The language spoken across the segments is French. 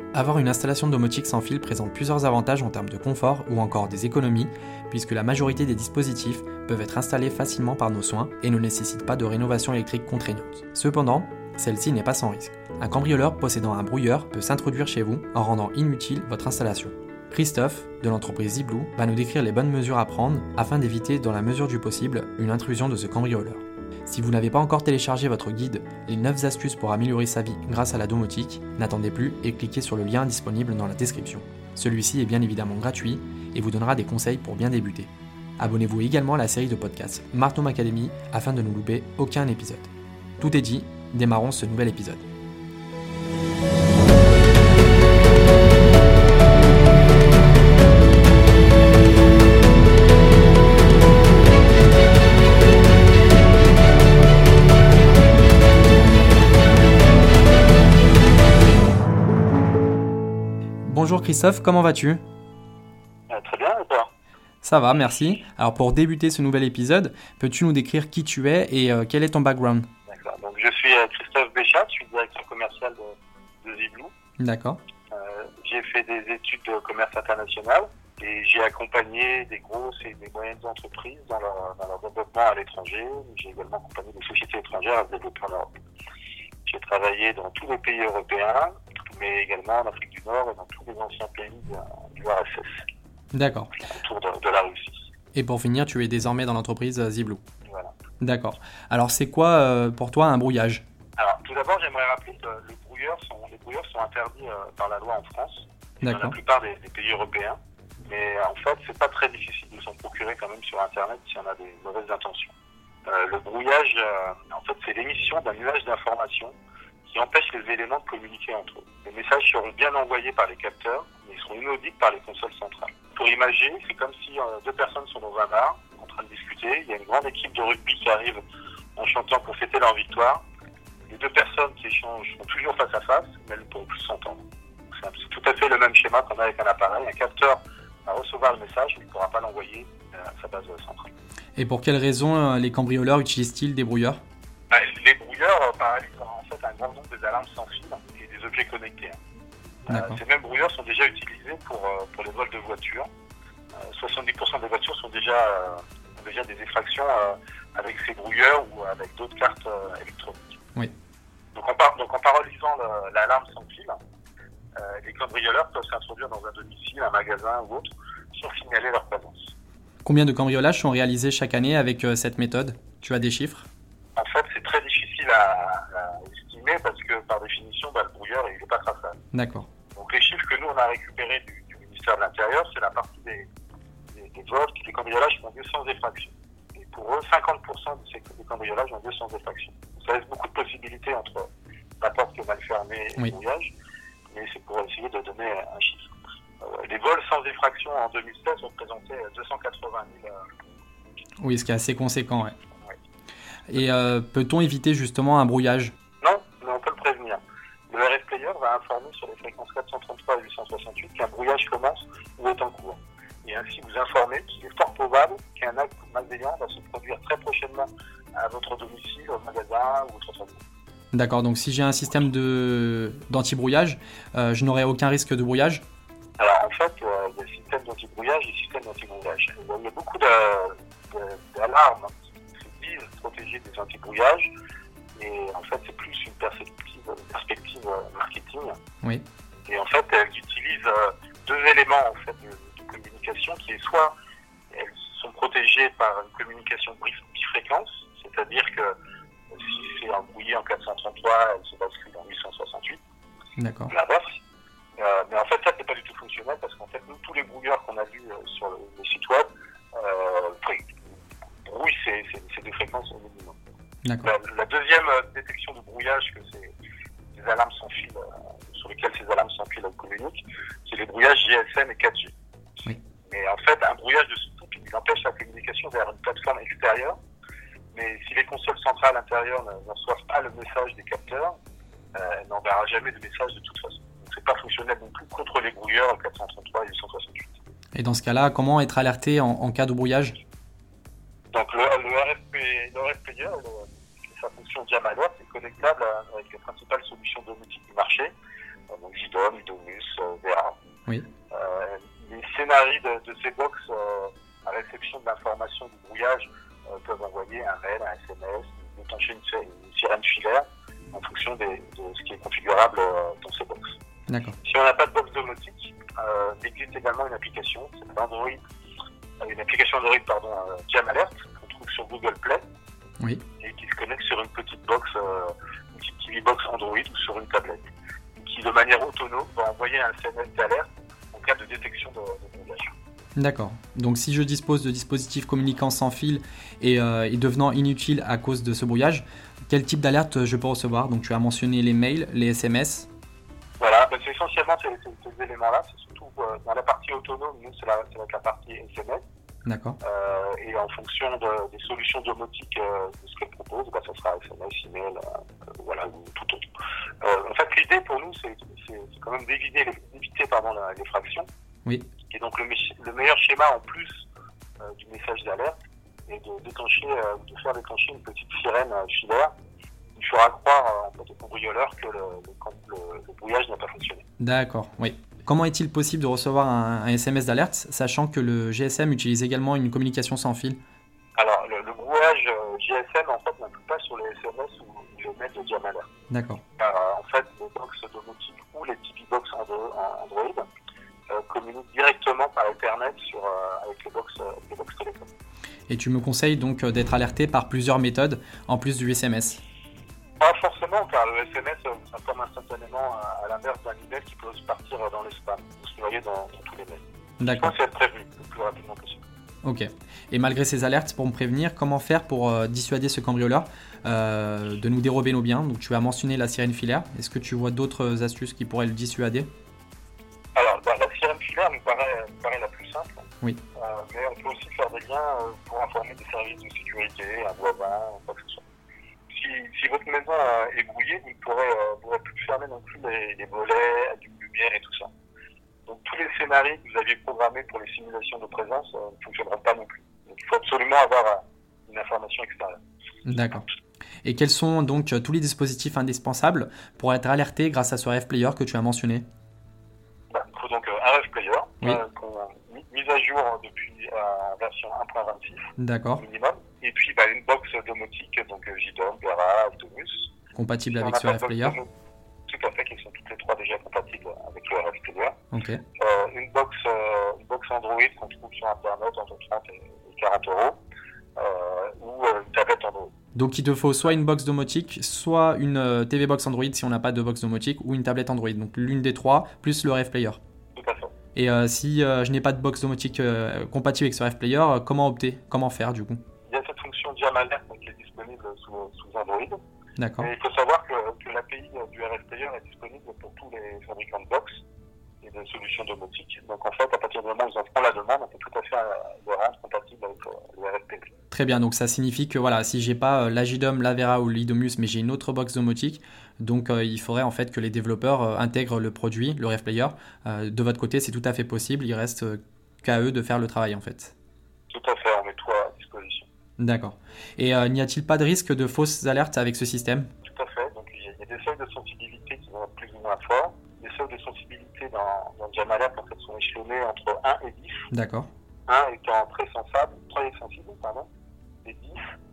Avoir une installation domotique sans fil présente plusieurs avantages en termes de confort ou encore des économies, puisque la majorité des dispositifs peuvent être installés facilement par nos soins et ne nécessitent pas de rénovation électrique contraignante. Cependant, celle-ci n'est pas sans risque. Un cambrioleur possédant un brouilleur peut s'introduire chez vous en rendant inutile votre installation. Christophe, de l'entreprise Ziblou, va nous décrire les bonnes mesures à prendre afin d'éviter, dans la mesure du possible, une intrusion de ce cambrioleur. Si vous n'avez pas encore téléchargé votre guide « Les 9 astuces pour améliorer sa vie grâce à la domotique », n'attendez plus et cliquez sur le lien disponible dans la description. Celui-ci est bien évidemment gratuit et vous donnera des conseils pour bien débuter. Abonnez-vous également à la série de podcasts Smart Home Academy afin de ne louper aucun épisode. Tout est dit, démarrons ce nouvel épisode. Bonjour Christophe, comment vas-tu ? Très bien, et toi ? Ça va, merci. Alors pour débuter ce nouvel épisode, peux-tu nous décrire qui tu es et quel est ton background ? D'accord, donc je suis Christophe Béchat, je suis directeur commercial de Ziblou. D'accord. J'ai fait des études de commerce international et j'ai accompagné des grosses et des moyennes entreprises dans leur développement à l'étranger. J'ai également accompagné des sociétés étrangères à se développer en Europe. J'ai travaillé dans tous les pays européens, mais également en Afrique du Nord et dans tous les anciens pays du RSS. D'accord. Autour de la Russie. Et pour finir, tu es désormais dans l'entreprise Ziblou. Voilà. D'accord. Alors c'est quoi pour toi un brouillage ? Alors tout d'abord, j'aimerais rappeler que les brouilleurs sont interdits par la loi en France, dans la plupart des pays européens. Mais en fait, c'est pas très difficile de s'en procurer quand même sur Internet si on a des mauvaises intentions. Le brouillage, en fait, c'est l'émission d'un nuage d'informations qui empêche les éléments de communiquer entre eux. Les messages seront bien envoyés par les capteurs, mais ils seront inaudibles par les consoles centrales. Pour imager, c'est comme si deux personnes sont dans un bar, en train de discuter. Il y a une grande équipe de rugby qui arrive en chantant pour fêter leur victoire. Les deux personnes qui échangent sont toujours face à face, mais elles ne pourront plus s'entendre. C'est tout à fait le même schéma qu'on a avec un appareil. Un capteur va recevoir le message, mais il ne pourra pas l'envoyer à sa base centrale. Et pour quelles raisons les cambrioleurs utilisent-ils des brouilleurs ? Les brouilleurs paralysent en fait un grand nombre des alarmes sans fil et des objets connectés. Ces mêmes brouilleurs sont déjà utilisés pour les vols de voitures. 70% des voitures ont déjà des effractions avec ces brouilleurs ou avec d'autres cartes électroniques. Oui. Donc en paralysant l'alarme sans fil, les cambrioleurs peuvent s'introduire dans un domicile, un magasin ou autre sans signaler leur présence. Combien de cambriolages sont réalisés chaque année avec cette méthode ? Tu as des chiffres ? En fait, c'est très difficile à estimer parce que par définition, le brouilleur il n'est pas traçable. D'accord. Donc les chiffres que nous on a récupérés du ministère de l'Intérieur, c'est la partie des vols, des cambriolages qui ont lieu sans effraction. Et pour eux, 50% des cambriolages ont lieu sans effraction. Ça laisse beaucoup de possibilités entre la porte qui est mal fermée et le brouillage, mais c'est pour essayer de donner un chiffre. Les vols sans effraction en 2016 représentaient 280 000. Oui, ce qui est assez conséquent, ouais. Et peut-on éviter justement un brouillage ? Non, mais on peut le prévenir. Le RF Player va informer sur les fréquences 433 et 868 qu'un brouillage commence ou est en cours. Et ainsi vous informer qu'il est fort probable qu'un acte malveillant va se produire très prochainement à votre domicile, au magasin ou autre endroit. D'accord, donc si j'ai un système d'anti-brouillage, je n'aurai aucun risque de brouillage ? Alors en fait, il y a le système d'anti-brouillage et le système d'anti-brouillage. Il y a beaucoup d'alarmes qui visent à protéger des anti-brouillages. Et en fait, c'est plus une perspective marketing. Oui. Et en fait, elles utilisent deux éléments en fait, de communication qui est soit elles sont protégées par une communication bifréquence, c'est-à-dire que si c'est embrouillé en 433, elle se bascule en 868. D'accord. L'inverse. Mais en fait, ça, c'est pas du tout fonctionnel parce qu'en fait, nous, tous les brouilleurs qu'on a vus sur le site web brouillent ces deux fréquences au minimum. La deuxième détection de brouillage que ces alarmes sans fil, sur lesquelles ces alarmes sans fil communiquent, c'est les brouillages GSM et 4G. Oui. Mais en fait, un brouillage de ce type, il empêche la communication vers une plateforme extérieure. Mais si les consoles centrales intérieures ne reçoivent pas le message des capteurs, elle n'enverra jamais de message de toute façon. Donc c'est pas fonctionnel non plus contre les brouilleurs 433 et 868. Et dans ce cas-là, comment être alerté en cas de brouillage ? Donc le RF Player, sa fonction Jam Alert, est connectable avec les principales solutions domotiques du marché, donc JDOM, Idomus, Oui. Les scénarios de ces box à réception de l'information du brouillage peuvent envoyer un mail, un SMS, déclencher une sirène filaire en fonction de ce qui est configurable dans ces box. D'accord. Si on n'a pas de box domotique, il existe également une application, c'est Android, une application Android, Jam Alert, qu'on trouve sur Google Play, oui. Et qui se connecte sur une petite box, une petite TV box Android ou sur une tablette, qui de manière autonome va envoyer un SMS d'alerte en cas de détection de brouillage. D'accord. Donc si je dispose de dispositifs communiquant sans fil et devenant inutiles à cause de ce brouillage, quel type d'alerte je peux recevoir? Donc tu as mentionné les mails, les SMS. Voilà, c'est essentiellement ces éléments-là, c'est surtout dans la partie autonome, nous c'est la partie SMS. D'accord. Et en fonction des solutions domotiques de ce qu'elle propose, ça sera SMS, email, ou tout autre. En fait, l'idée pour nous, c'est quand même d'éviter l'effraction. Oui. Et donc le meilleur schéma en plus du message d'alerte est de faire déclencher une petite sirène filaire qui fera croire au cambrioleur que le brouillage n'a pas fonctionné. D'accord, oui. Comment est-il possible de recevoir un SMS d'alerte, sachant que le GSM utilise également une communication sans fil? Alors, le brouillage GSM, en fait, n'appuie pas sur les SMS ou les mails de Jam Alert. D'accord. En fait, les box domotiques ou les TV box Android communiquent directement par Ethernet avec les box télécom. Et tu me conseilles donc d'être alerté par plusieurs méthodes, en plus du SMS? Pas forcément, car le SMS s'informe instantanément à l'inverse d'un email qui peut se partir dans les spams, ou se noyer dans tous les mails. D'accord. Je pense être prévenu le plus rapidement possible. Ok. Et malgré ces alertes, pour me prévenir, comment faire pour dissuader ce cambrioleur de nous dérober nos biens? Donc tu as mentionné la sirène filaire. Est-ce que tu vois d'autres astuces qui pourraient le dissuader? Alors, la sirène filaire nous paraît la plus simple. Oui. Mais on peut aussi faire des liens pour informer des services de sécurité, un voisin, quoi que ce soit. Si votre maison est brouillée, vous ne pourrez plus fermer non plus les volets, allumer lumière et tout ça. Donc tous les scénarios que vous aviez programmés pour les simulations de présence ne fonctionneront pas non plus. Donc il faut absolument avoir une information extérieure. D'accord. Et quels sont donc tous les dispositifs indispensables pour être alerté grâce à ce RF Player que tu as mentionné? Il faut donc un RF Player, oui. Mise à jour depuis version 1.26 D'accord. minimum. Et puis une box domotique, donc JDOM, Gara, Automus. Compatible avec ce RF Player. Tout à fait, qui sont toutes les trois déjà compatibles avec le RF Player. Ok. Une box Android qu'on trouve sur Internet entre 30 et 40 euros. Ou une tablette Android. Donc il te faut soit une box domotique, soit une TV box Android si on n'a pas de box domotique, ou une tablette Android. Donc l'une des trois, plus le RF Player. Tout à fait. Et si je n'ai pas de box domotique compatible avec ce RF Player, comment opter? Comment faire du coup? Il y a cette fonction Jam Alert qui est disponible sous Android. D'accord. Et il faut savoir que l'API du RF Player est disponible pour tous les fabricants de box et de solutions domotiques. Donc en fait, à partir du moment où ils en font la demande, on peut tout à fait le rendre compatible avec le RF Player. Très bien, donc ça signifie que voilà, si j'ai pas la JDOM, la Vera ou l'Idomus, mais j'ai une autre box domotique, donc il faudrait en fait que les développeurs intègrent le produit, le RF Player. De votre côté, c'est tout à fait possible, il reste qu'à eux de faire le travail en fait. Tout à fait, on met tout à disposition. D'accord. Et n'y a-t-il pas de risque de fausses alertes avec ce système? Tout à fait, donc il y a des seuils de sensibilité qui vont être plus ou moins forts. Les seuils de sensibilité dans Jam Alert en fait, sont échelonnés entre 1 et 10. D'accord. 1 étant très sensible, et 10,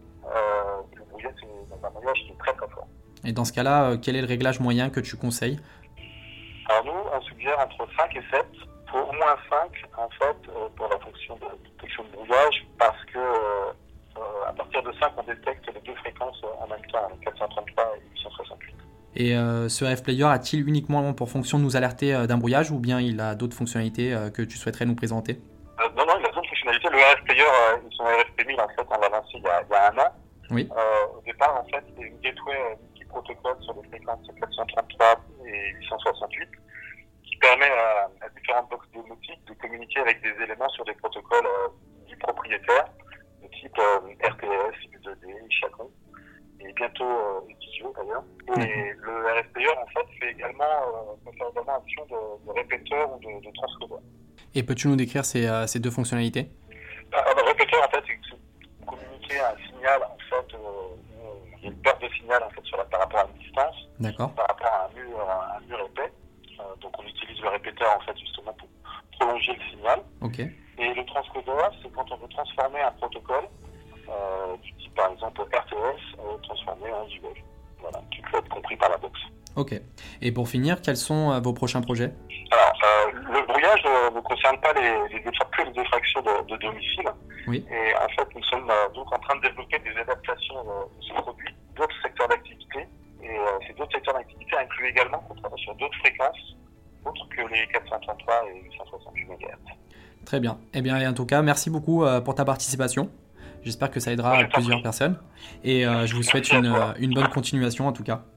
le brouillage c'est dans un brouillage qui est très très fort. Et dans ce cas-là, quel est le réglage moyen que tu conseilles? Alors nous, on suggère entre 5 et 7, faut au moins 5 en fait pour la fonction de détection de brouillage, parce que à partir de 5, on détecte les deux fréquences en même temps, 433 et 868. Et ce RF Player a-t-il uniquement pour fonction de nous alerter d'un brouillage, ou bien il a d'autres fonctionnalités que tu souhaiterais nous présenter? Non, il a d'autres fonctionnalités. Le RF Player, son RFP 1000, en fait, on l'a lancé il y a un an. Oui. Au départ, en fait, c'était une gateway multi-protocole sur les fréquences 433 et 868 qui permet à différentes boxes domotiques de communiquer avec des éléments sur des protocoles dits propriétaires, de type RTS, U2D, Chacon, et bientôt Visio d'ailleurs. Et le RF Player, en fait, peut faire également action de répéteur ou de transcodeur. Et peux-tu nous décrire ces deux fonctionnalités? Le répéteur, en fait, c'est communiquer un signal, en fait, il y a une perte de signal, en fait, par rapport à une distance. D'accord. Par rapport à un mur épais, Donc on utilise le répéteur en fait justement pour prolonger le signal. Okay. Et le transcodeur, c'est quand on veut transformer un protocole du type par exemple RTS transformé en JBoss. Voilà, qui peut être compris par la box. Ok. Et pour finir, quels sont vos prochains projets? Alors, le brouillage ne concerne pas que les diffractions de domicile. Oui. Et en fait, nous sommes donc en train de développer des adaptations de ce produit, d'autres secteurs d'activité. Et ces d'autres secteurs d'activité incluent également qu'on travaille sur d'autres fréquences, autres que les 433 et 868 MHz. Très bien. Eh bien, en tout cas, merci beaucoup pour ta participation. J'espère que ça aidera plusieurs personnes. Et je vous souhaite une bonne continuation en tout cas.